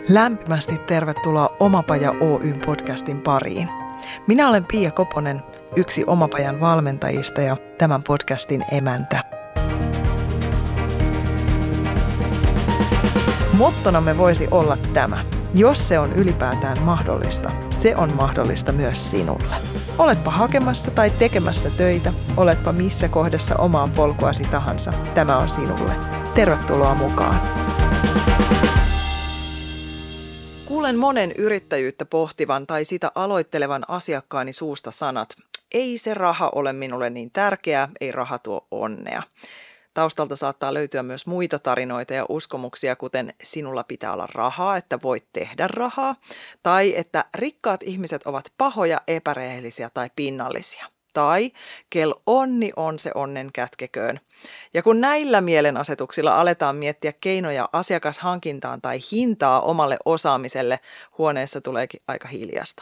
Lämpimästi tervetuloa Omapaja Oyn podcastin pariin. Minä olen Pia Koponen, yksi Omapajan valmentajista ja tämän podcastin emäntä. Mottonamme voisi olla tämä. Jos se on ylipäätään mahdollista, se on mahdollista myös sinulle. Oletpa hakemassa tai tekemässä töitä, oletpa missä kohdassa omaa polkuasi tahansa, tämä on sinulle. Tervetuloa mukaan. Kuulen monen yrittäjyyttä pohtivan tai sitä aloittelevan asiakkaani suusta sanat. Ei se raha ole minulle niin tärkeää, ei raha tuo onnea. Taustalta saattaa löytyä myös muita tarinoita ja uskomuksia, kuten sinulla pitää olla rahaa, että voit tehdä rahaa, tai että rikkaat ihmiset ovat pahoja, epärehellisiä tai pinnallisia. Tai kel onni on se onnen kätkeköön. Ja kun näillä mielenasetuksilla aletaan miettiä keinoja asiakashankintaan tai hintaa omalle osaamiselle, huoneessa tuleekin aika hiljasta.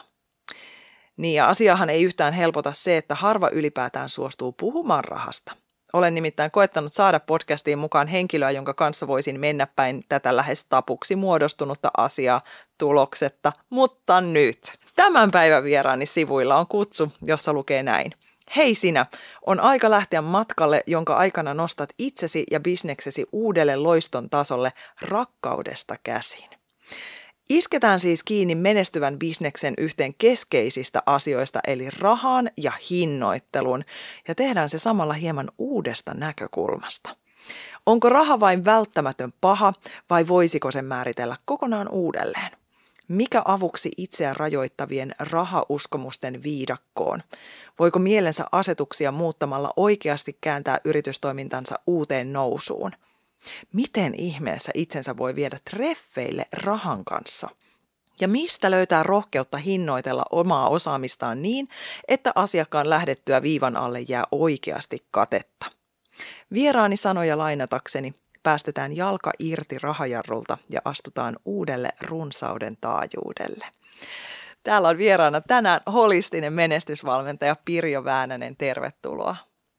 Niin ja asiahan ei yhtään helpota se, että harva ylipäätään suostuu puhumaan rahasta. Olen nimittäin koettanut saada podcastiin mukaan henkilöä, jonka kanssa voisin mennä päin tätä lähes tapuksi muodostunutta asiaa tuloksetta, mutta nyt. Tämän päivän vieraani sivuilla on kutsu, jossa lukee näin. Hei sinä, on aika lähteä matkalle, jonka aikana nostat itsesi ja bisneksesi uudelle loiston tasolle rakkaudesta käsin. Isketään siis kiinni menestyvän bisneksen yhteen keskeisistä asioista, eli rahaan ja hinnoitteluun, ja tehdään se samalla hieman uudesta näkökulmasta. Onko raha vain välttämätön paha, vai voisiko sen määritellä kokonaan uudelleen? Mikä avuksi itseä rajoittavien rahauskomusten viidakkoon? Voiko mielensä asetuksia muuttamalla oikeasti kääntää yritystoimintansa uuteen nousuun? Miten ihmeessä itsensä voi viedä treffeille rahan kanssa? Ja mistä löytää rohkeutta hinnoitella omaa osaamistaan niin, että asiakkaan lähdettyä viivan alle jää oikeasti katetta? Vieraani sanoja lainatakseni, päästetään jalka irti rahajarrulta ja astutaan uudelle runsauden taajuudelle. Täällä on vieraana tänään holistinen menestysvalmentaja Pirjo Väänänen. Tervetuloa.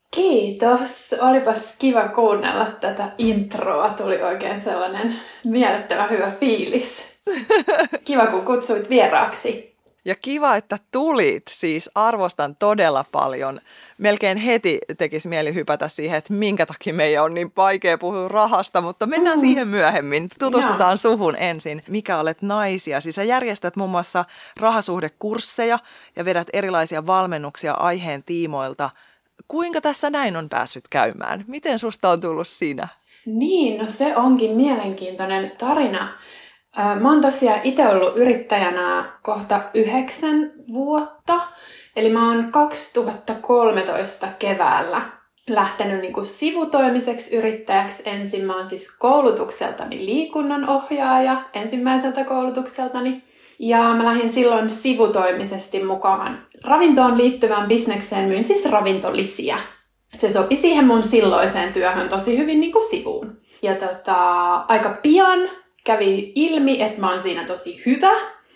Kiitos. Olipas kiva kuunnella tätä introa. Tuli oikein sellainen mielettömän hyvä fiilis. Kiva, kun kutsuit vieraaksi. Ja kiva, että tulit. Siis arvostan todella paljon. Melkein heti tekisi mieli hypätä siihen, että minkä takia meidän on niin vaikea puhua rahasta, mutta mennään siihen myöhemmin. Tutustutaan suhun ensin. Mikä olet naisia? Siis sä järjestät muun muassa rahasuhdekursseja ja vedät erilaisia valmennuksia aiheen tiimoilta. Kuinka tässä näin on päässyt käymään? Miten susta on tullut sinä? Niin, no se onkin mielenkiintoinen tarina. Mä oon tosiaan itse ollut yrittäjänä kohta 9 vuotta. Eli mä oon 2013 keväällä lähtenyt sivutoimiseksi yrittäjäksi. Ensin mä oon siis koulutukseltani liikunnanohjaaja, ensimmäiseltä koulutukseltani. Ja mä lähdin silloin sivutoimisesti mukaan ravintoon liittyvään bisnekseen, myin siis ravintolisiä. Se sopi siihen mun silloiseen työhön tosi hyvin sivuun. Ja aika pian kävi ilmi, että mä oon siinä tosi hyvä.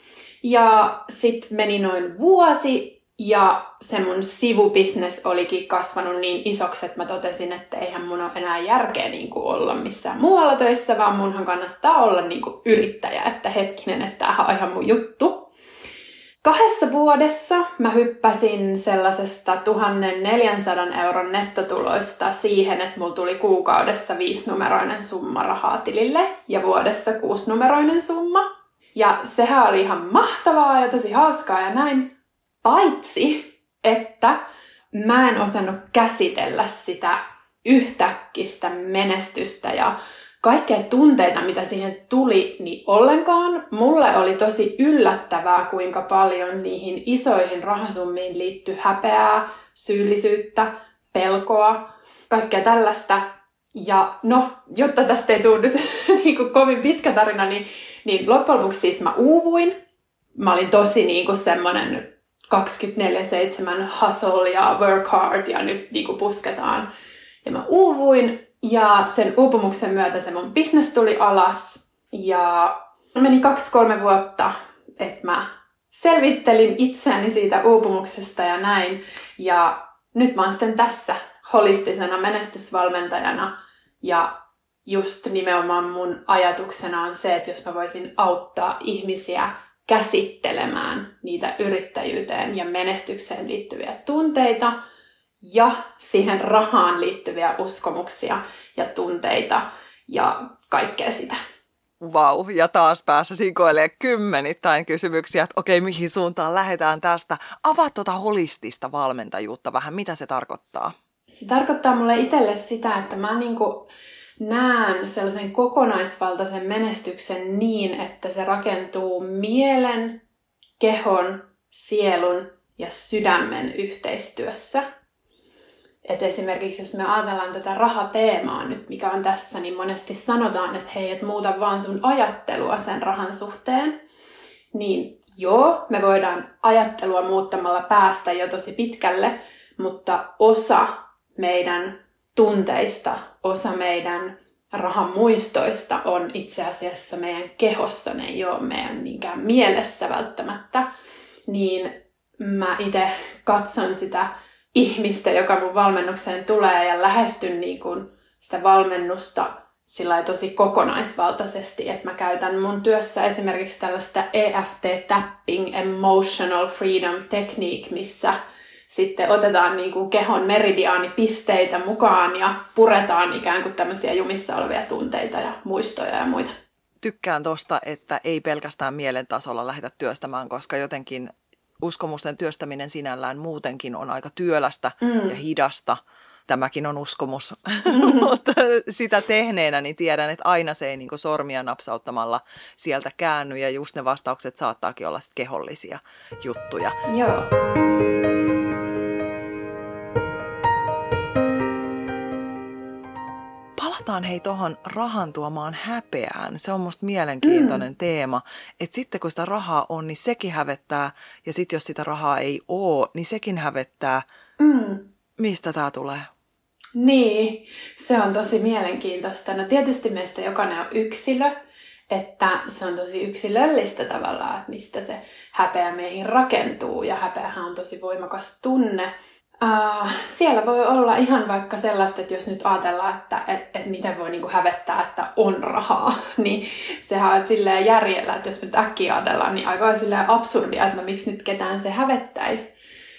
Ja sit meni noin vuosi ja se mun sivubisnes olikin kasvanut niin isoksi, että mä totesin, että eihän mun ole enää järkeä olla missään muualla töissä, vaan munhan kannattaa olla yrittäjä, että hetkinen, että tämähän on ihan mun juttu. 2 vuodessa mä hyppäsin sellaisesta 1,400 euron nettotuloista siihen, että mulla tuli kuukaudessa 5-numeroinen summa rahaa tilille ja vuodessa 6-numeroinen summa. Ja sehän oli ihan mahtavaa ja tosi hauskaa ja näin. Paitsi, että mä en osannut käsitellä sitä yhtäkkistä menestystä ja kaikkea tunteita, mitä siihen tuli, niin ollenkaan. Mulle oli tosi yllättävää, kuinka paljon niihin isoihin rahasummiin liittyi häpeää, syyllisyyttä, pelkoa, kaikkea tällaista. Ja no, jotta tästä ei tule nyt kovin pitkä tarina, niin loppujen lopuksi siis mä uuvuin. Mä olin tosi semmonen 24/7 hustle ja work hard ja nyt pusketaan. Ja mä uuvuin ja sen uupumuksen myötä se mun business tuli alas. Ja meni 2-3 vuotta, että mä selvittelin itseäni siitä uupumuksesta ja näin. Ja nyt mä oon sitten tässä holistisena menestysvalmentajana. Ja just nimenomaan mun ajatuksena on se, että jos mä voisin auttaa ihmisiä käsittelemään niitä yrittäjyyteen ja menestykseen liittyviä tunteita ja siihen rahaan liittyviä uskomuksia ja tunteita ja kaikkea sitä. Vau, ja taas päässä sinkoilee kymmenittäin kysymyksiä, että okei, mihin suuntaan lähdetään tästä. Avaa tuota holistista valmentajuutta vähän, mitä se tarkoittaa? Se tarkoittaa mulle itselle sitä, että mä näen sellaisen kokonaisvaltaisen menestyksen niin, että se rakentuu mielen, kehon, sielun ja sydämen yhteistyössä. Et esimerkiksi jos me ajatellaan tätä rahateemaa nyt, mikä on tässä, niin monesti sanotaan, että hei, et muuta vaan sun ajattelua sen rahan suhteen. Niin joo, me voidaan ajattelua muuttamalla päästä jo tosi pitkälle, mutta osa meidän tunteista, osa meidän rahan muistoista on itse asiassa meidän kehossa, ne ei ole meidän niinkään mielessä välttämättä. Niin mä itse katson sitä ihmistä, joka mun valmennukseen tulee ja lähestyn niin kuin sitä valmennusta sillä tosi kokonaisvaltaisesti, että mä käytän mun työssä esimerkiksi tällaista EFT Tapping Emotional Freedom Technique, missä sitten otetaan niin kuin kehon meridiaanipisteitä mukaan ja puretaan ikään kuin tämmöisiä jumissa olevia tunteita ja muistoja ja muita. Tykkään tosta, että ei pelkästään mielen tasolla lähdetä työstämään, koska jotenkin uskomusten työstäminen sinällään muutenkin on aika työlästä ja hidasta. Tämäkin on uskomus, mutta sitä tehneenä niin tiedän, että aina se ei niin kuin sormia napsauttamalla sieltä käänny ja just ne vastaukset saattaakin olla sit kehollisia juttuja. Joo. Palataan hei tuohon rahan tuomaan häpeään. Se on musta mielenkiintoinen teema, että sitten kun sitä rahaa on, niin sekin hävettää ja sitten jos sitä rahaa ei ole, niin sekin hävettää. Mistä tämä tulee? Niin, se on tosi mielenkiintoista. No tietysti meistä jokainen on yksilö, että se on tosi yksilöllistä tavallaan, että mistä se häpeä meihin rakentuu. Ja häpeähän on tosi voimakas tunne. Siellä voi olla ihan vaikka sellaista, että jos nyt ajatellaan, että miten voi niinku hävettää, että on rahaa, niin sehän on silleen järjellä, että jos nyt äkkiä ajatellaan, niin aika silleen absurdia, että miksi nyt ketään se hävettäisi.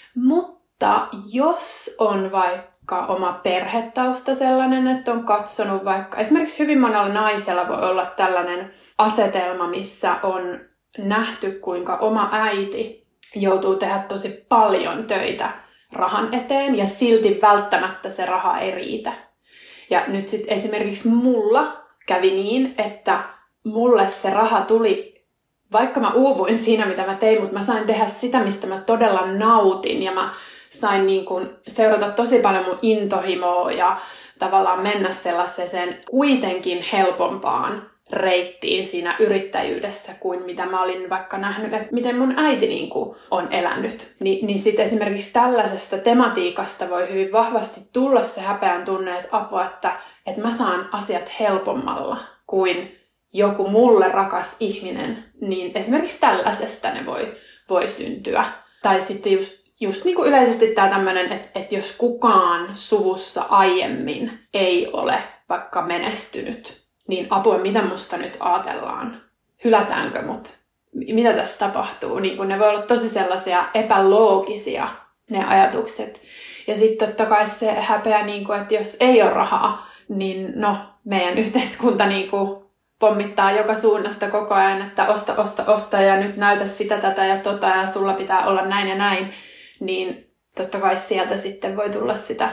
Mutta jos on vaikka oma perhetausta sellainen, että on katsonut vaikka, esimerkiksi hyvin monella naisella voi olla tällainen asetelma, missä on nähty, kuinka oma äiti joutuu tehdä tosi paljon töitä rahan eteen ja silti välttämättä se raha ei riitä. Ja nyt sitten esimerkiksi mulla kävi niin, että mulle se raha tuli, vaikka mä uuvuin siinä mitä mä tein, mutta mä sain tehdä sitä, mistä mä todella nautin ja mä sain niin kun seurata tosi paljon mun intohimoa ja tavallaan mennä sellaiseen kuitenkin helpompaan reittiin siinä yrittäjyydessä kuin mitä mä olin vaikka nähnyt, että miten mun äiti niin kuin on elänyt. Niin sitten esimerkiksi tällaisesta tematiikasta voi hyvin vahvasti tulla se häpeän tunne, että apua, että mä saan asiat helpommalla kuin joku mulle rakas ihminen. Niin esimerkiksi tällaisesta ne voi syntyä. Tai sitten just niin kuin yleisesti tämä tämmöinen, että jos kukaan suvussa aiemmin ei ole vaikka menestynyt, niin apua, mitä musta nyt ajatellaan? Hylätäänkö mut? Mitä tässä tapahtuu? Niin kun ne voi olla tosi sellaisia epäloogisia ne ajatukset. Ja sitten totta kai se häpeä, niin kun, että jos ei ole rahaa, niin no, meidän yhteiskunta niin kun pommittaa joka suunnasta koko ajan, että osta ja nyt näytä sitä, tätä ja tota ja sulla pitää olla näin ja näin. Niin totta kai sieltä sitten voi tulla sitä.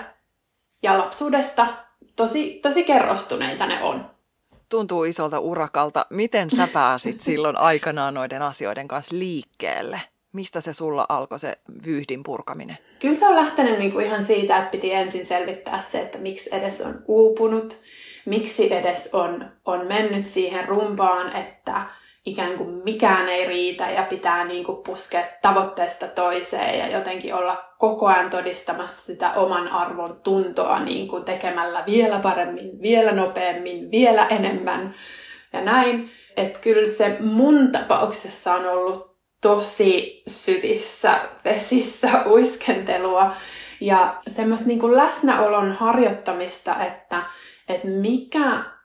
Ja lapsuudesta tosi kerrostuneita ne on. Tuntuu isolta urakalta. Miten sä pääsit silloin aikanaan noiden asioiden kanssa liikkeelle? Mistä se sulla alkoi se vyyhdin purkaminen? Kyllä se on lähtenyt niinku ihan siitä, että piti ensin selvittää se, että miksi edes on uupunut. Miksi edes on mennyt siihen rumpaan, että ikään kuin mikään ei riitä ja pitää niinku puskea tavoitteesta toiseen ja jotenkin olla koko ajan todistamassa sitä oman arvon tuntoa niin kuin tekemällä vielä paremmin, vielä nopeammin, vielä enemmän ja näin. Että kyllä se mun tapauksessa on ollut tosi syvissä vesissä uiskentelua ja semmoista niin kuin läsnäolon harjoittamista, että mikä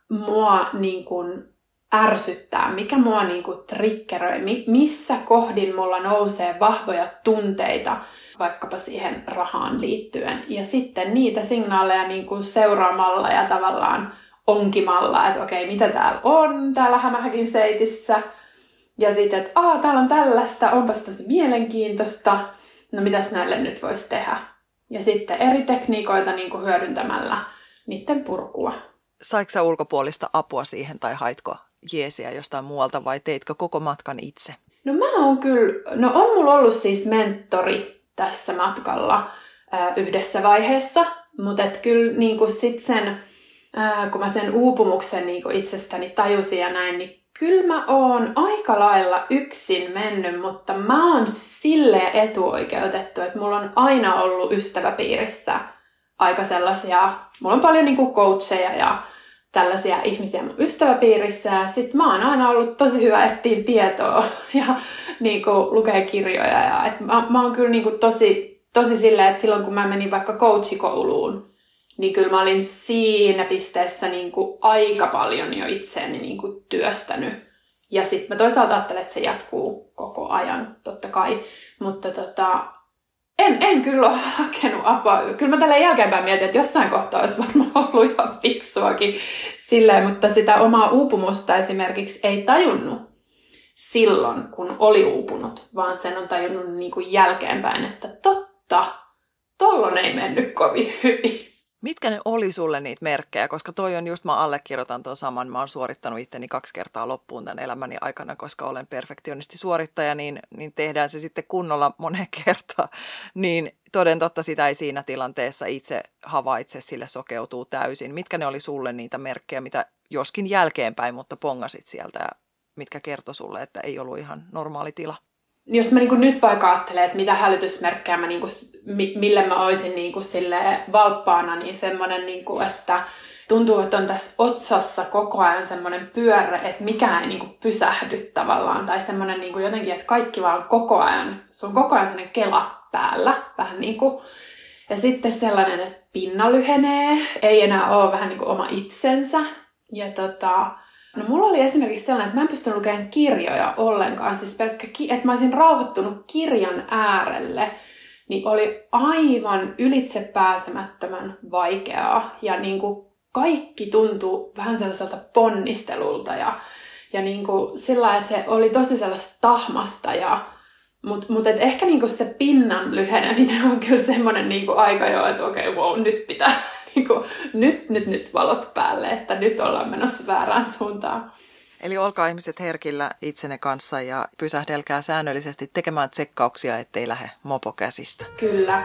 mua niin kuin ärsyttää, mikä mua niin kuin triggeröi, missä kohdin mulla nousee vahvoja tunteita vaikkapa siihen rahaan liittyen. Ja sitten niitä signaaleja niin kuin seuraamalla ja tavallaan onkimalla, että okei, mitä täällä on, täällä Hämähäkin seitissä. Ja sitten, että täällä on tällaista, onpas tosi mielenkiintoista, no mitäs näille nyt voisi tehdä. Ja sitten eri tekniikoita niin kuin hyödyntämällä niiden purkua. Saiko sä ulkopuolista apua siihen tai haitko jeesiä jostain muualta vai teitkö koko matkan itse? No mä oon kyllä, on mulla ollut siis mentori tässä matkalla yhdessä vaiheessa, mutta kyllä niin kuin sit sen, kun mä sen uupumuksen niin kuin itsestäni tajusin ja näin, niin kyllä mä oon aika lailla yksin mennyt, mutta mä oon silleen etuoikeutettu, että mulla on aina ollut ystäväpiirissä aika sellaisia, mulla on paljon niin kuin coacheja ja tällaisia ihmisiä mun ystäväpiirissä. Ja sit mä oon aina ollut tosi hyvä etsiä tietoa ja niinku lukea kirjoja. Ja et mä oon kyllä niinku tosi silleen, että silloin kun mä menin vaikka coachikouluun, niin kyllä mä olin siinä pisteessä niinku aika paljon jo itseäni niinku työstänyt. Ja sit mä toisaalta ajattelen, että se jatkuu koko ajan, totta kai. Mutta en kyllä ole hakenut apua. Kyllä mä tällä jälkeenpäin mietin, että jossain kohtaa olisi varmaan ollut ihan fiksuakin silleen, mutta sitä omaa uupumusta esimerkiksi ei tajunnut silloin, kun oli uupunut, vaan sen on tajunnut niin kuin jälkeenpäin, että totta, tollon ei mennyt kovin hyvin. Mitkä ne oli sulle niitä merkkejä? Koska toi on just, mä allekirjoitan tuon saman, mä oon suorittanut itteni 2 kertaa loppuun tämän elämäni aikana, koska olen perfektionisti suorittaja, niin tehdään se sitten kunnolla moneen kertaan. Niin toden totta sitä ei siinä tilanteessa itse havaitse, sille sokeutuu täysin. Mitkä ne oli sulle niitä merkkejä, mitä joskin jälkeenpäin, mutta pongasit sieltä ja mitkä kertoi sulle, että ei ollut ihan normaali tila? Jos mä niinku nyt vaikka ajattelen, että mitä hälytysmerkkejä mä niinku, mille mä olisin niinku valppaana, niin semmoinen, niinku, että tuntuu, että on tässä otsassa koko ajan semmoinen pyörre, että mikään ei niinku pysähdy tavallaan. Tai semmoinen niinku jotenkin, että kaikki vaan koko ajan, se on koko ajan sellainen kela päällä. Vähän niinku. Ja sitten sellainen, että pinna lyhenee, ei enää ole vähän niinku oma itsensä. Ja no mulla oli esimerkiksi sellainen, että mä en pystynyt lukemaan kirjoja ollenkaan. Siis että mä olisin rauhoittunut kirjan äärelle, niin oli aivan ylitsepääsemättömän vaikeaa. Ja niin kuin kaikki tuntuu vähän sellaiselta ponnistelulta. Ja niin kuin sillä lailla, että se oli tosi sellaista tahmasta. Mutta ehkä niin kuin se pinnan lyheneminen on kyllä semmoinen niin kuin aika jo, että okei, wow, nyt pitää... Nyt valot päälle, että nyt ollaan menossa väärään suuntaan. Eli olkaa ihmiset herkillä itsenne kanssa ja pysähdelkää säännöllisesti tekemään tsekkauksia, ettei lähde mopo käsistä. Kyllä.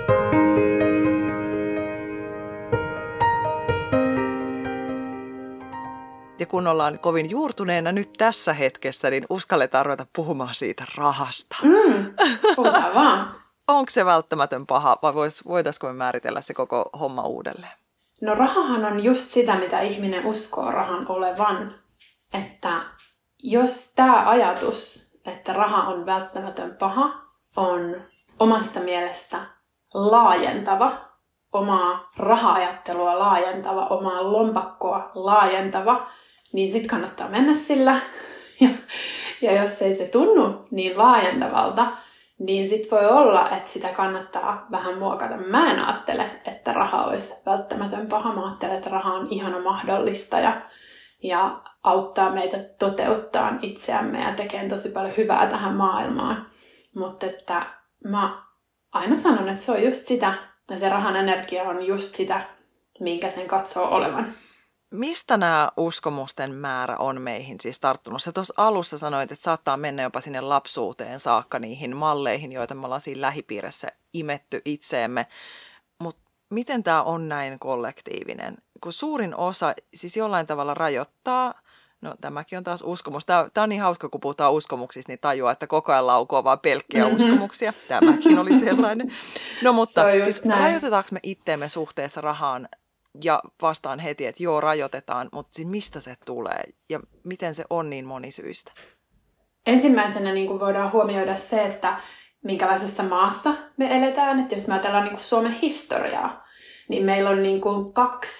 Ja kun ollaan kovin juurtuneena nyt tässä hetkessä, niin uskalletaan ruveta puhumaan siitä rahasta. Puhutaan vaan. Onko se välttämätön paha vai voitaisiko me määritellä se koko homma uudelleen? No rahahan on just sitä, mitä ihminen uskoo rahan olevan. Että jos tämä ajatus, että raha on välttämätön paha, on omasta mielestä laajentava, omaa raha-ajattelua laajentava, omaa lompakkoa laajentava, niin sit kannattaa mennä sillä. Ja jos ei se tunnu niin laajentavalta, niin sit voi olla, että sitä kannattaa vähän muokata. Mä en ajattele, että raha olisi välttämätön paha. Mä ajattelen, että raha on ihana mahdollistaja ja auttaa meitä toteuttaa itseämme ja tekee tosi paljon hyvää tähän maailmaan. Mutta että mä aina sanon, että se on just sitä, ja se rahan energia on just sitä, minkä sen katsoo olevan. Mistä nämä uskomusten määrä on meihin siis tarttunut? Sä tuossa alussa sanoit, että saattaa mennä jopa sinne lapsuuteen saakka niihin malleihin, joita me ollaan siinä lähipiirissä imetty itseemme. Mutta miten tämä on näin kollektiivinen? Kun suurin osa siis jollain tavalla rajoittaa, no tämäkin on taas uskomus. Tämä on niin hauska, kun puhutaan uskomuksista, niin tajuaa, että koko ajan laukoo vaan pelkkiä uskomuksia. Tämäkin oli sellainen. No mutta siis rajoitetaanko me itteemme suhteessa rahaan? Ja vastaan heti, että joo, rajoitetaan, mutta siis mistä se tulee ja miten se on niin monisyistä? Ensimmäisenä niin kuin voidaan huomioida se, että minkälaisessa maassa me eletään. Että jos me ajatellaan niin kuin Suomen historiaa, niin meillä on niin kuin 2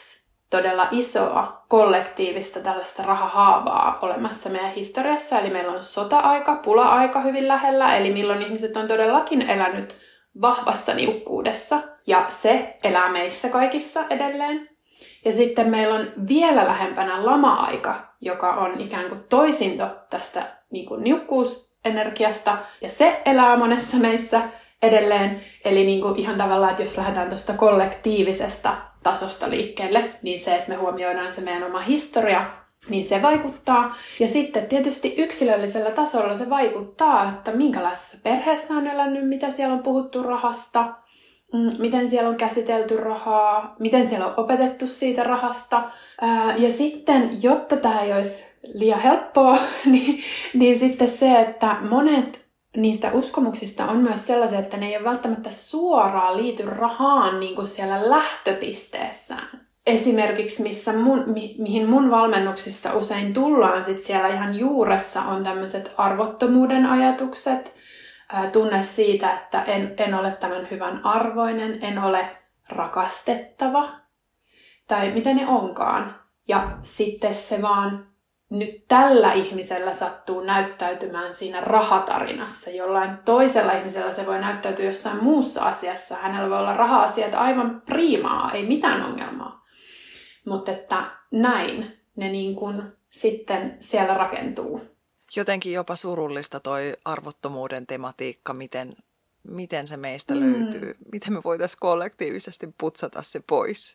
todella isoa kollektiivista tällaista rahahaavaa olemassa meidän historiassa. Eli meillä on sota-aika, pula-aika hyvin lähellä, eli milloin ihmiset on todellakin elänyt vahvassa niukkuudessa. Ja se elää meissä kaikissa edelleen. Ja sitten meillä on vielä lähempänä lama-aika, joka on ikään kuin toisinto tästä niin kuin niukkuusenergiasta. Ja se elää monessa meissä edelleen. Eli niin kuin ihan tavallaan, että jos lähdetään tuosta kollektiivisesta tasosta liikkeelle, niin se, että me huomioidaan se meidän oma historia, niin se vaikuttaa. Ja sitten tietysti yksilöllisellä tasolla se vaikuttaa, että minkälaisessa perheessä on elänyt, mitä siellä on puhuttu rahasta, miten siellä on käsitelty rahaa, miten siellä on opetettu siitä rahasta. Ja sitten, jotta tämä ei olisi liian helppoa, niin sitten se, että monet niistä uskomuksista on myös sellaisia, että ne ei ole välttämättä suoraan liity rahaan niin kuin siellä lähtöpisteessään. Esimerkiksi mihin mun valmennuksissa usein tullaan sit siellä ihan juuressa on tämmöiset arvottomuuden ajatukset, tunne siitä, että en ole tämän hyvän arvoinen, en ole rakastettava, tai mitä ne onkaan. Ja sitten se vaan nyt tällä ihmisellä sattuu näyttäytymään siinä rahatarinassa. Jollain toisella ihmisellä se voi näyttäytyä jossain muussa asiassa. Hänellä voi olla raha-asiat aivan priimaa, ei mitään ongelmaa. Mutta että näin ne niin kuin sitten siellä rakentuu. Jotenkin jopa surullista toi arvottomuuden tematiikka, miten se meistä löytyy. Miten me voitaisiin kollektiivisesti putsata se pois?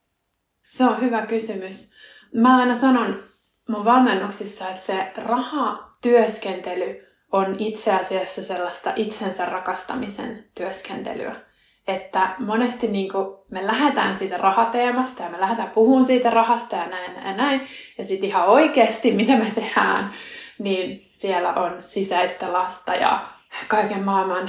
Se on hyvä kysymys. Mä aina sanon mun valmennuksissa, että se rahatyöskentely on itse asiassa sellaista itsensä rakastamisen työskentelyä. Että monesti niin kuin me lähdetään siitä rahateemasta ja me lähdetään puhumaan siitä rahasta ja näin. Ja sitten ihan oikeasti, mitä me tehdään, niin siellä on sisäistä lasta ja kaiken maailman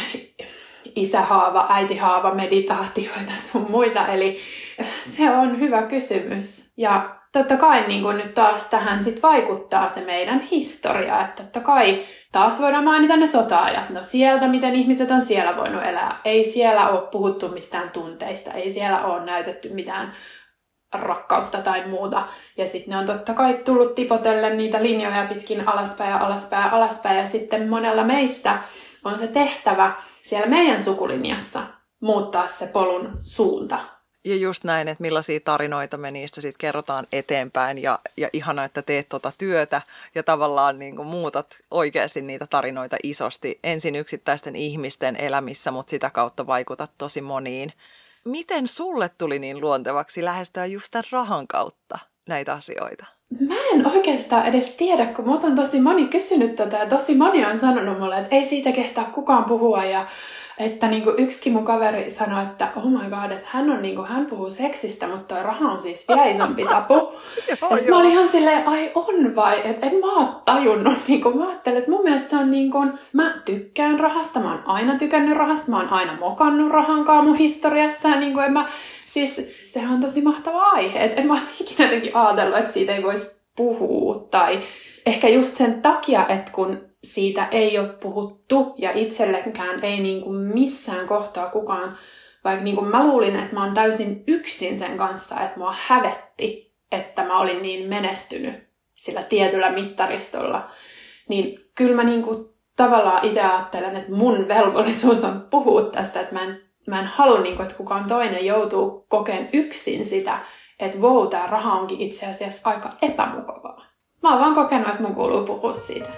isähaava, äitihaava, meditaatioita sun muita. Eli se on hyvä kysymys. Ja totta kai niin kun nyt taas tähän sit vaikuttaa se meidän historia. Että totta kai taas voidaan mainita ne sota-ajat. No sieltä, miten ihmiset on siellä voinut elää. Ei siellä ole puhuttu mistään tunteista. Ei siellä ole näytetty mitään rakkautta tai muuta. Ja sitten ne on totta kai tullut tipotellen niitä linjoja pitkin alaspäin. Ja sitten monella meistä on se tehtävä siellä meidän sukulinjassa muuttaa se polun suunta. Ja just näin, että millaisia tarinoita me niistä sitten kerrotaan eteenpäin ja ihana, että teet tuota työtä ja tavallaan niin kuin muutat oikeasti niitä tarinoita isosti ensin yksittäisten ihmisten elämissä, mutta sitä kautta vaikutat tosi moniin. Miten sulle tuli niin luontevaksi lähestyä just tämän rahan kautta näitä asioita? Mä en oikeastaan edes tiedä, kun mut on tosi moni kysynyt ja tosi moni on sanonut mulle, että ei siitä kehtaa kukaan puhua ja että niinku yksikin mun kaveri sanoi, että oh my god, että hän puhuu seksistä, mutta toi raha on siis vielä isompi tapu. Ja sit mä olin ihan silleen, ai on vai? Että en mä oo tajunnut. Mä ajattelin, että mun mielestä se on mä tykkään rahasta, mä oon aina tykännyt rahasta, mä oon aina mokannut rahankaan mun historiassa. Ja siis sehän on tosi mahtava aihe. Että en mä ikinä jotenkin ajatellut, että siitä ei voisi puhua. Tai ehkä just sen takia, että kun siitä ei ole puhuttu ja itsellekään ei missään kohtaa kukaan, vaikka mä luulin, että mä oon täysin yksin sen kanssa, että mua hävetti, että mä olin niin menestynyt sillä tietyllä mittaristolla, niin kyllä mä tavallaan itse ajattelen, että mun velvollisuus on puhua tästä, että mä en halua, että kukaan toinen joutuu kokeen yksin sitä, että wow, tää raha onkin itse asiassa aika epämukavaa. Mä oon vaan kokenut, että mun kuuluu puhua siitä.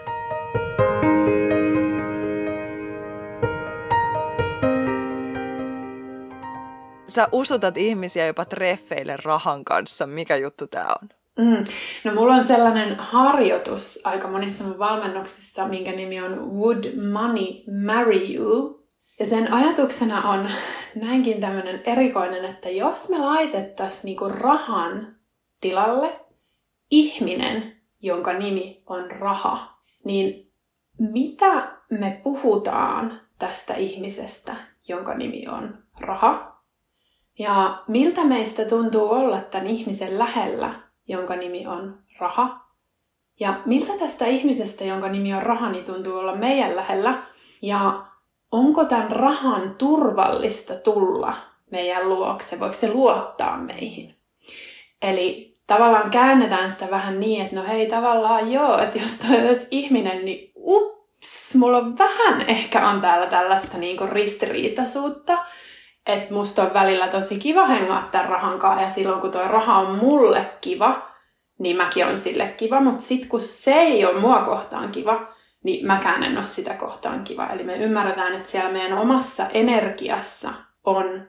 Sä usutat ihmisiä jopa treffeille rahan kanssa. Mikä juttu tää on? No mulla on sellainen harjoitus aika monissa mun valmennuksissa, minkä nimi on Would Money Marry You? Ja sen ajatuksena on näinkin tämmöinen erikoinen, että jos me laitettaisiin rahan tilalle ihminen, jonka nimi on raha, niin mitä me puhutaan tästä ihmisestä, jonka nimi on raha? Ja miltä meistä tuntuu olla tämän ihmisen lähellä, jonka nimi on raha? Ja miltä tästä ihmisestä, jonka nimi on raha, niin tuntuu olla meidän lähellä? Ja onko tämän rahan turvallista tulla meidän luokse? Voiko se luottaa meihin? Eli tavallaan käännetään sitä vähän niin, että no hei tavallaan joo, että jos toi olisi ihminen, niin ups, mulla on vähän ehkä on täällä tällaista niinku ristiriitaisuutta. Että musta on välillä tosi kiva hengaa tämän rahan kanssa ja silloin kun toi raha on mulle kiva, niin mäkin on sille kiva. Mutta sit kun se ei ole mua kohtaan kiva, niin mäkään en ole sitä kohtaan kiva. Eli me ymmärretään, että siellä meidän omassa energiassa on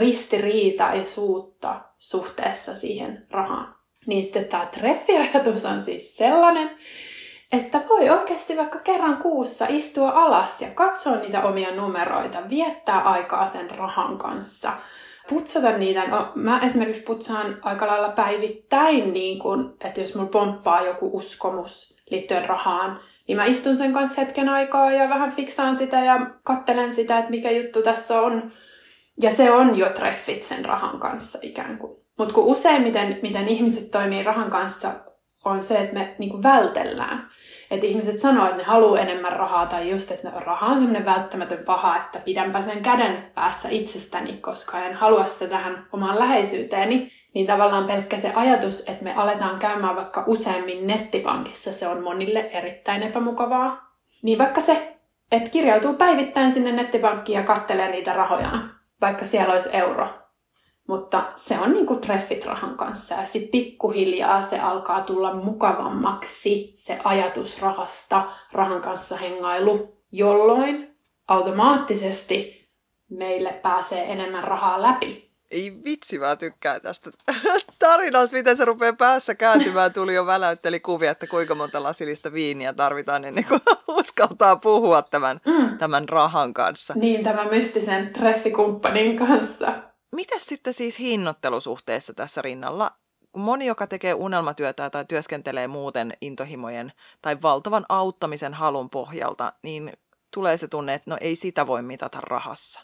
ristiriitaisuutta suhteessa siihen rahaan. Niin sitten tämä treffiajatus on siis sellainen, että voi oikeasti vaikka kerran kuussa istua alas ja katsoa niitä omia numeroita, viettää aikaa sen rahan kanssa, putsata niitä. No, mä esimerkiksi putsaan aika lailla päivittäin, niin kun, että jos mulla pomppaa joku uskomus liittyen rahaan, niin mä istun sen kanssa hetken aikaa ja vähän fiksaan sitä ja katselen sitä, että mikä juttu tässä on. Ja se on jo treffit sen rahan kanssa ikään kuin. Mutta kun useimmiten, miten ihmiset toimii rahan kanssa, on se, että me niin kuin vältellään. Että ihmiset sanoo, että ne haluaa enemmän rahaa, tai just, että raha on sellainen välttämätön paha, että pidänpä sen käden päässä itsestäni, koska en halua sitä tähän omaan läheisyyteeni. Niin tavallaan pelkkä se ajatus, että me aletaan käymään vaikka useammin nettipankissa, se on monille erittäin epämukavaa. Niin vaikka se, että kirjautuu päivittäin sinne nettipankkiin ja kattelee niitä rahojaan, vaikka siellä olisi euro. Mutta se on niinku treffit rahan kanssa ja sitten pikkuhiljaa se alkaa tulla mukavammaksi se ajatus rahasta, rahan kanssa hengailu, jolloin automaattisesti meille pääsee enemmän rahaa läpi. Ei vitsi, mä tykkään tästä tarinasta, miten se rupeaa päässä kääntymään. Tuli jo väläytteli kuvia, että kuinka monta lasillista viiniä tarvitaan ennen kuin uskaltaa puhua tämän rahan kanssa. Niin, tämän mystisen treffikumppanin kanssa. Mitäs sitten siis hinnoittelusuhteessa tässä rinnalla? Moni, joka tekee unelmatyötä tai työskentelee muuten intohimojen tai valtavan auttamisen halun pohjalta, niin tulee se tunne, että no ei sitä voi mitata rahassa.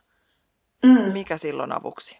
Mikä silloin avuksi?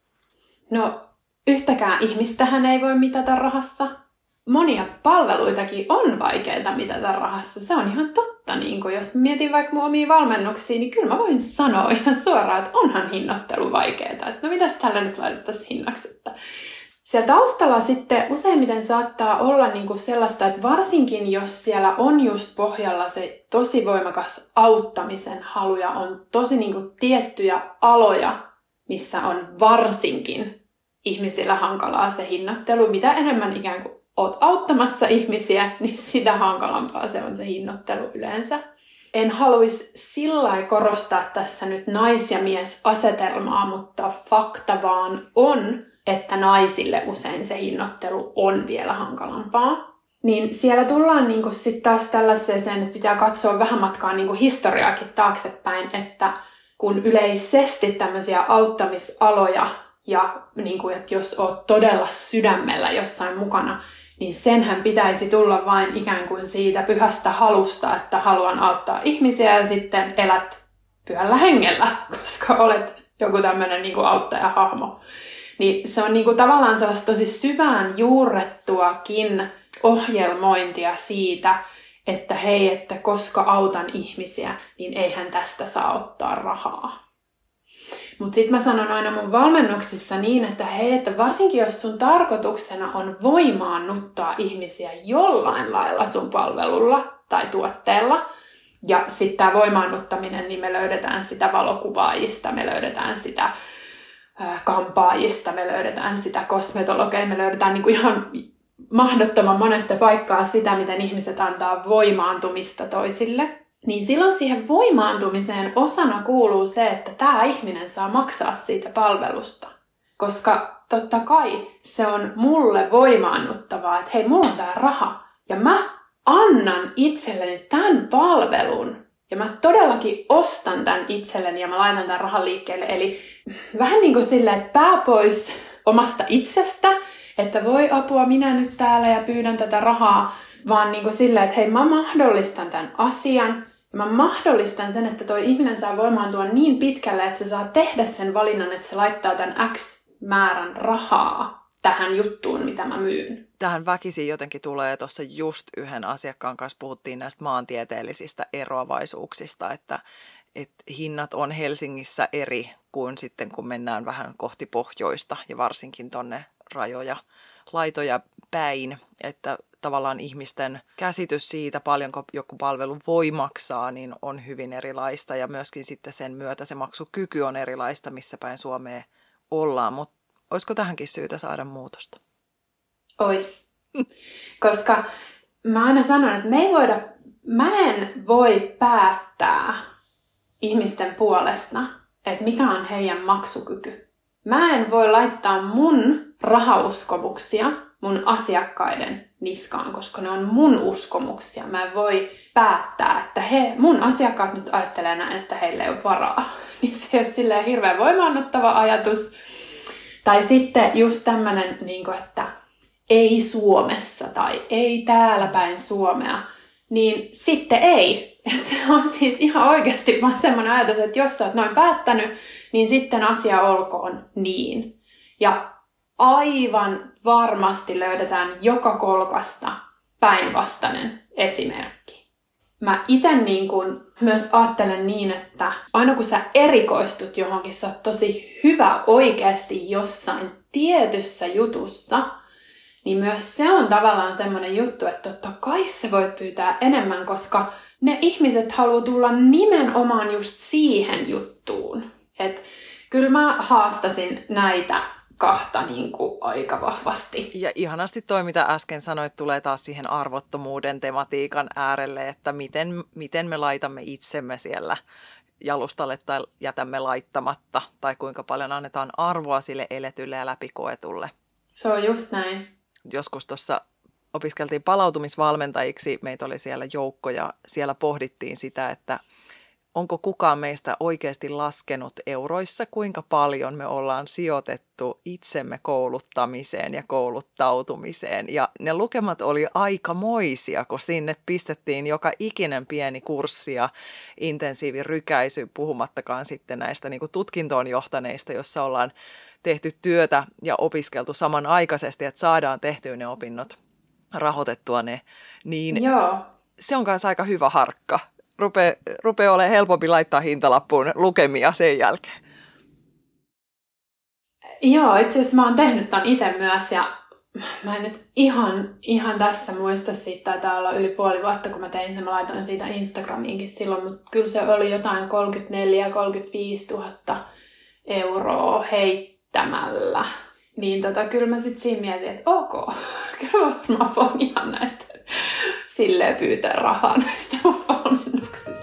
No, yhtäkään ihmistähän ei voi mitata rahassa. Monia palveluitakin on vaikeaa mitata rahassa. Se on ihan totta. Niin kun jos mietin vaikka mun omia valmennuksia, niin kyllä mä voin sanoa ihan suoraan, että onhan hinnoittelu vaikeaa. Että no mitäs tällä nyt laitettaisiin hinnaksi? Että siellä taustalla sitten useimmiten saattaa olla niin kuin sellaista, että varsinkin jos siellä on just pohjalla se tosi voimakas auttamisen halu ja on tosi niin kuin tiettyjä aloja, missä on varsinkin ihmisillä hankalaa se hinnoittelu. Mitä enemmän ikään kuin oot auttamassa ihmisiä, niin sitä hankalampaa se on se hinnoittelu yleensä. En haluaisi sillä korostaa tässä nyt nais- ja mies-asetelmaa, mutta fakta vaan on, että naisille usein se hinnoittelu on vielä hankalampaa. Niin siellä tullaan niinku sitten taas tällaiseen, että pitää katsoa vähän matkaa niinku historiaakin taaksepäin, että kun yleisesti tämmöisiä auttamisaloja ja niinku, että jos oot todella sydämellä jossain mukana, niin senhän pitäisi tulla vain ikään kuin siitä pyhästä halusta, että haluan auttaa ihmisiä ja sitten elät pyhällä hengellä, koska olet joku tämmöinen niinku auttajahahmo. Niin se on niinku tavallaan sellaista tosi syvään juurrettuakin ohjelmointia siitä, että hei, että koska autan ihmisiä, niin eihän tästä saa ottaa rahaa. Mutta sitten mä sanon aina mun valmennuksissa niin, että hei, että varsinkin jos sun tarkoituksena on voimaannuttaa ihmisiä jollain lailla sun palvelulla tai tuotteella, ja sitten tämä voimaannuttaminen, niin me löydetään sitä valokuvaajista, me löydetään sitä kampaajista, me löydetään sitä kosmetologeja, me löydetään niinku ihan mahdottoman monesta paikkaa sitä, miten ihmiset antaa voimaantumista toisille. Niin silloin siihen voimaantumiseen osana kuuluu se, että tämä ihminen saa maksaa siitä palvelusta. Koska totta kai se on mulle voimaannuttavaa, että hei, mulla on tää raha ja mä annan itselleni tämän palvelun. Ja mä todellakin ostan tämän itselleni ja mä laitan tämän rahan liikkeelle. Eli vähän niin kuin silleen, että pää pois omasta itsestä, että voi apua, minä nyt täällä ja pyydän tätä rahaa. Vaan niin kuin silleen, että hei, mä mahdollistan tämän asian. Ja mä mahdollistan sen, että toi ihminen saa voimaantua niin pitkälle, että se saa tehdä sen valinnan, että se laittaa tämän X määrän rahaa tähän juttuun, mitä mä myyn. Tähän väkisin jotenkin tulee, tuossa just yhden asiakkaan kanssa puhuttiin näistä maantieteellisistä eroavaisuuksista, että hinnat on Helsingissä eri kuin sitten, kun mennään vähän kohti pohjoista ja varsinkin tonne laitoja päin, että tavallaan ihmisten käsitys siitä, paljonko joku palvelu voi maksaa, niin on hyvin erilaista ja myöskin sitten sen myötä se maksukyky on erilaista, missä päin Suomea ollaan, mutta olisiko tähänkin syytä saada muutosta? Ois. Koska mä aina sanon, että mä en voi päättää ihmisten puolesta, että mikä on heidän maksukyky. Mä en voi laittaa mun rahauskomuksia mun asiakkaiden niskaan, koska ne on mun uskomuksia. Mä en voi päättää, että mun asiakkaat nyt ajattelee näin, että heille ei ole varaa. Niin se ei ole silleen hirveän voimaannuttava ajatus. Tai sitten just tämmönen, että ei Suomessa tai ei täällä päin Suomea, niin sitten ei. Et se on siis ihan oikeasti vaan semmoinen ajatus, että jos sä oot noin päättänyt, niin sitten asia olkoon niin. Ja aivan varmasti löydetään joka kolkasta päinvastainen esimerkki. Mä itse myös ajattelen niin, että aina kun sä erikoistut johonkin, sä oot tosi hyvä oikeasti jossain tietyssä jutussa, niin myös se on tavallaan semmoinen juttu, että totta kai sä voit pyytää enemmän, koska ne ihmiset haluaa tulla nimenomaan just siihen juttuun. Et kyllä mä haastasin näitä kahta aika vahvasti. Ja ihanasti toi, mitä äsken sanoit, tulee taas siihen arvottomuuden tematiikan äärelle, että miten me laitamme itsemme siellä jalustalle tai jätämme laittamatta, tai kuinka paljon annetaan arvoa sille eletylle ja läpikoetulle. Se on just näin. Joskus tuossa opiskeltiin palautumisvalmentajiksi, meitä oli siellä joukko ja siellä pohdittiin sitä, että onko kukaan meistä oikeasti laskenut euroissa, kuinka paljon me ollaan sijoitettu itsemme kouluttamiseen ja kouluttautumiseen. Ja ne lukemat oli aikamoisia, kun sinne pistettiin joka ikinen pieni kurssi ja intensiivirykäisy, puhumattakaan sitten näistä tutkintoon johtaneista, jossa ollaan tehty työtä ja opiskeltu samanaikaisesti, että saadaan tehtyä ne opinnot, rahoitettua ne, niin Joo. Se on kanssa aika hyvä harkka. Rupeaa olemaan helpompi laittaa hintalappuun lukemia sen jälkeen. Joo, itse asiassa mä oon tehnyt ton itse myös ja mä en nyt ihan tässä muista siitä, taitaa olla yli puoli vuotta, kun mä tein sen, mä laitoin siitä Instagramiinkin silloin, mutta kyllä se oli jotain 34-35 000 euroa heittämällä. Niin kyllä mä sit siinä mietin, että ok, kyllä mä varmaan voin ihan näistä silleen pyytää rahaa näistä mun valmennuksista.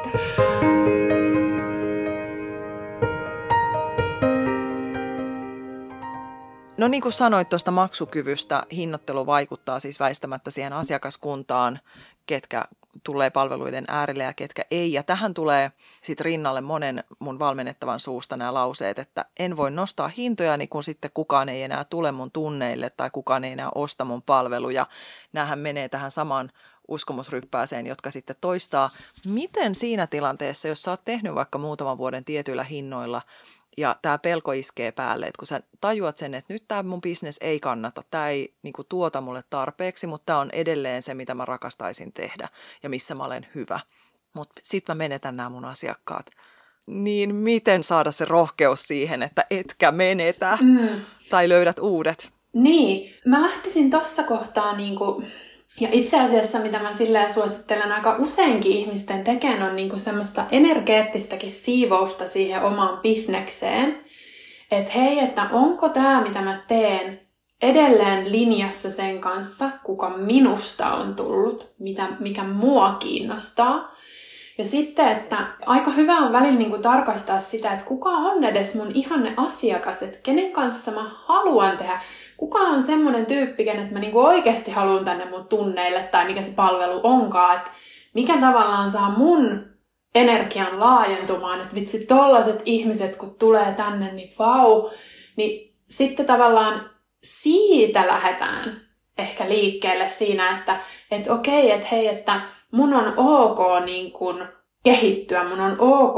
No niin kuin sanoit tuosta maksukyvystä, hinnoittelu vaikuttaa siis väistämättä siihen asiakaskuntaan, ketkä tulee palveluiden äärelle ja ketkä ei. Ja tähän tulee sitten rinnalle monen mun valmennettavan suusta nämä lauseet, että en voi nostaa hintojani, kun sitten kukaan ei enää tule mun tunneille tai kukaan ei enää osta mun palveluja. Nämähän menee tähän samaan uskomusryppääseen, jotka sitten toistaa. Miten siinä tilanteessa, jos sä oot tehnyt vaikka muutaman vuoden tietyillä hinnoilla, ja tämä pelko iskee päälle, että kun sä tajuat sen, että nyt tämä mun business ei kannata, tämä ei tuota mulle tarpeeksi, mutta tämä on edelleen se, mitä mä rakastaisin tehdä ja missä mä olen hyvä. Mutta sitten mä menetän nämä mun asiakkaat. Niin miten saada se rohkeus siihen, että etkä menetä tai löydät uudet? Niin, mä lähtisin tossa kohtaa ja itse asiassa, mitä mä silleen suosittelen aika useinkin ihmisten tekemään, on semmoista energeettistäkin siivousta siihen omaan bisnekseen. Että hei, että onko tämä, mitä mä teen, edelleen linjassa sen kanssa, kuka minusta on tullut, mikä mua kiinnostaa. Ja sitten, että aika hyvä on välillä tarkastaa sitä, että kuka on edes mun ihanne asiakas, että kenen kanssa mä haluan tehdä. Kuka on semmoinen tyyppi, kenet mä oikeasti haluan tänne mun tunneille tai mikä se palvelu onkaan. Että mikä tavallaan saa mun energian laajentumaan, että vitsi tollaset ihmiset kun tulee tänne, niin vau. Niin sitten tavallaan siitä lähdetään ehkä liikkeelle siinä, että okei, että hei, että mun on ok kehittyä, mun on ok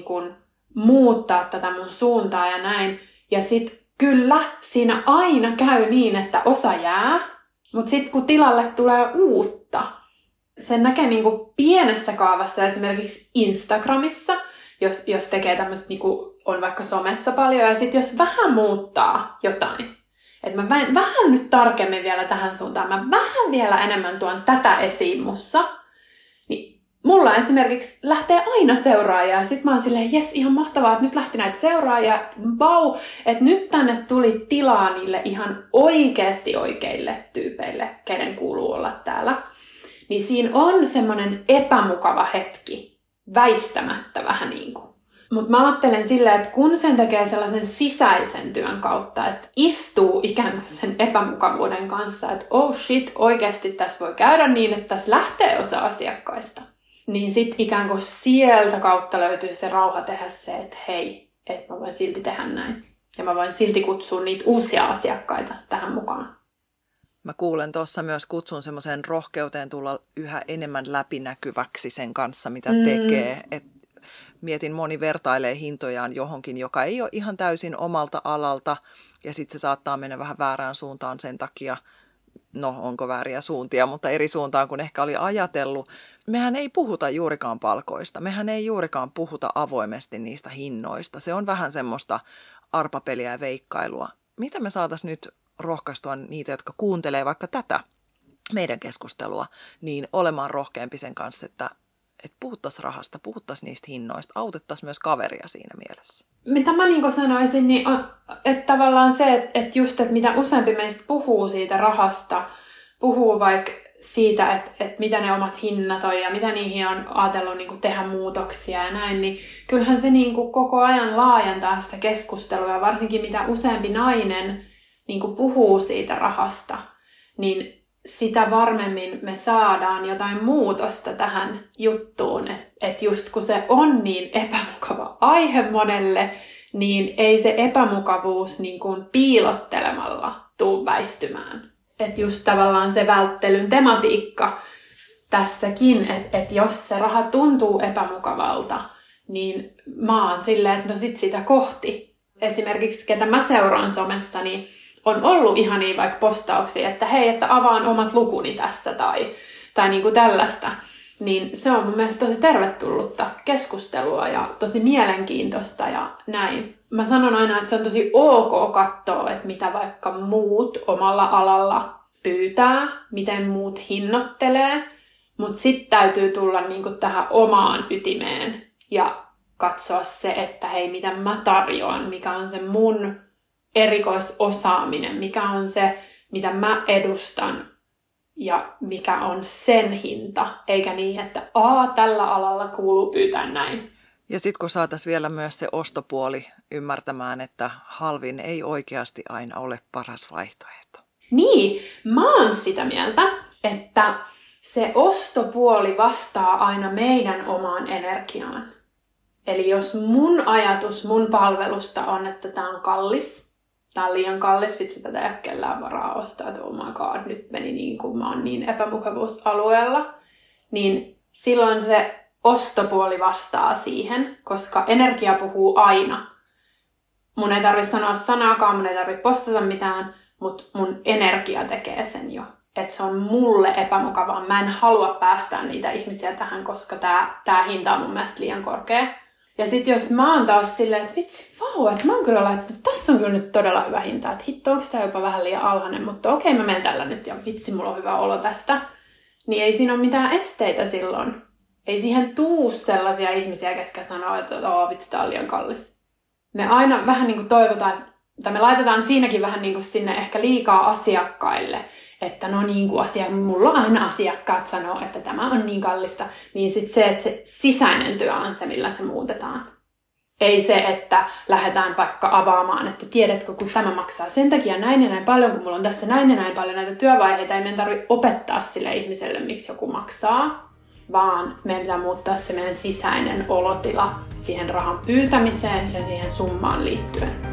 muuttaa tätä mun suuntaa ja näin. Ja sit kyllä, siinä aina käy niin, että osa jää, mutta sitten kun tilalle tulee uutta, sen näkee pienessä kaavassa esimerkiksi Instagramissa, jos tekee tämmöistä, on vaikka somessa paljon, ja sitten jos vähän muuttaa jotain, että mä vähän nyt tarkemmin vielä tähän suuntaan, mä vähän vielä enemmän tuon tätä esiin mussa, niin mulla esimerkiksi lähtee aina seuraajia, ja sit mä oon silleen, jes, ihan mahtavaa, että nyt lähti näitä seuraajia, vau, että nyt tänne tuli tilaa niille ihan oikeasti oikeille tyypeille, kenen kuuluu olla täällä. Niin siinä on semmoinen epämukava hetki, väistämättä vähän niin kuin. Mutta mä ajattelen silleen, että kun sen tekee sellaisen sisäisen työn kautta, että istuu ikään kuin sen epämukavuuden kanssa, että oh shit, oikeasti tässä voi käydä niin, että tässä lähtee osa asiakkaista. Niin sit ikään kuin sieltä kautta löytyy se rauha tehdä se, että hei, että mä voin silti tehdä näin. Ja mä voin silti kutsua niitä uusia asiakkaita tähän mukaan. Mä kuulen tuossa myös kutsun semmoiseen rohkeuteen tulla yhä enemmän läpinäkyväksi sen kanssa, mitä tekee. Et mietin, moni vertailee hintojaan johonkin, joka ei ole ihan täysin omalta alalta, ja sitten se saattaa mennä vähän väärään suuntaan sen takia, no onko vääriä suuntia, mutta eri suuntaan kuin ehkä oli ajatellut. Mehän ei puhuta juurikaan palkoista, mehän ei juurikaan puhuta avoimesti niistä hinnoista. Se on vähän semmoista arpapeliä ja veikkailua. Mitä me saataisiin nyt rohkaistua niitä, jotka kuuntelee vaikka tätä meidän keskustelua, niin olemaan rohkeampi sen kanssa, että puhuttaisiin rahasta, puhuttaisiin niistä hinnoista, autettaisiin myös kaveria siinä mielessä. Mitä mä niin sanoisin, niin on, että tavallaan se, että just, että mitä useampi meistä puhuu siitä rahasta, puhuu vaikka siitä, että mitä ne omat hinnat on ja mitä niihin on ajatellut niin tehdä muutoksia ja näin, niin kyllähän se niin koko ajan laajentaa sitä keskustelua, ja varsinkin mitä useampi nainen niin puhuu siitä rahasta, niin sitä varmemmin me saadaan jotain muutosta tähän juttuun. Että just kun se on niin epämukava aihe monelle, niin ei se epämukavuus niin kuin piilottelemalla tule väistymään. Että just tavallaan se välttelyn tematiikka tässäkin, että jos se raha tuntuu epämukavalta, niin mä oon silleen, että no sit sitä kohti. Esimerkiksi ketä mä seuraan somessa, niin on ollut ihan niin vaikka postauksia, että hei, että avaan omat lukuni tässä tai niin kuin tällaista. Niin se on mun mielestä tosi tervetullutta keskustelua ja tosi mielenkiintoista ja näin. Mä sanon aina, että se on tosi ok katsoa, että mitä vaikka muut omalla alalla pyytää, miten muut hinnoittelee, mutta sitten täytyy tulla niin kuin tähän omaan ytimeen ja katsoa se, että hei, mitä mä tarjoan, mikä on se mun erikoisosaaminen, mikä on se, mitä mä edustan ja mikä on sen hinta, eikä niin, että tällä alalla kuuluu pyytää näin. Ja sitten kun saataisiin vielä myös se ostopuoli ymmärtämään, että halvin ei oikeasti aina ole paras vaihtoehto. Niin, mä oon sitä mieltä, että se ostopuoli vastaa aina meidän omaan energiaan. Eli jos mun ajatus mun palvelusta on, että tää on kallis, tää on liian kallis, vitsi, tätä ei ole kellään varaa ostaa, että oh my god, nyt meni niin kuin mä oon niin epämukavuusalueella, niin silloin se ostopuoli vastaa siihen, koska energia puhuu aina. Mun ei tarvitse sanoa sanaakaan, mun ei tarvitse postata mitään, mutta mun energia tekee sen jo. Että se on mulle epämukavaa. Mä en halua päästää niitä ihmisiä tähän, koska tää hinta on mun mielestä liian korkea. Ja sit jos mä oon taas silleen, että vitsi, että mä oon kyllä laittanut, tässä on kyllä nyt todella hyvä hinta, että hitto, onko tää jopa vähän liian alhainen, mutta okei, mä menen tällä nyt ja vitsi, mulla on hyvä olo tästä. Niin ei siinä ole mitään esteitä silloin. Ei siihen tuu sellaisia ihmisiä, ketkä sanoo, että vitsi, tää on liian kallis. Me aina vähän niin kuin toivotaan, tai me laitetaan siinäkin vähän niin kuin sinne ehkä liikaa asiakkaille, että no niin kuin mulla aina asiakkaat sanoo, että tämä on niin kallista, niin sitten se, että se sisäinen työ on se, millä se muutetaan. Ei se, että lähdetään vaikka avaamaan, että tiedätkö, kun tämä maksaa sen takia näin ja näin paljon, kun mulla on tässä näin ja näin paljon näitä työvaiheita, ei meidän tarvitse opettaa sille ihmiselle, miksi joku maksaa, vaan meidän pitää muuttaa se meidän sisäinen olotila siihen rahan pyytämiseen ja siihen summaan liittyen.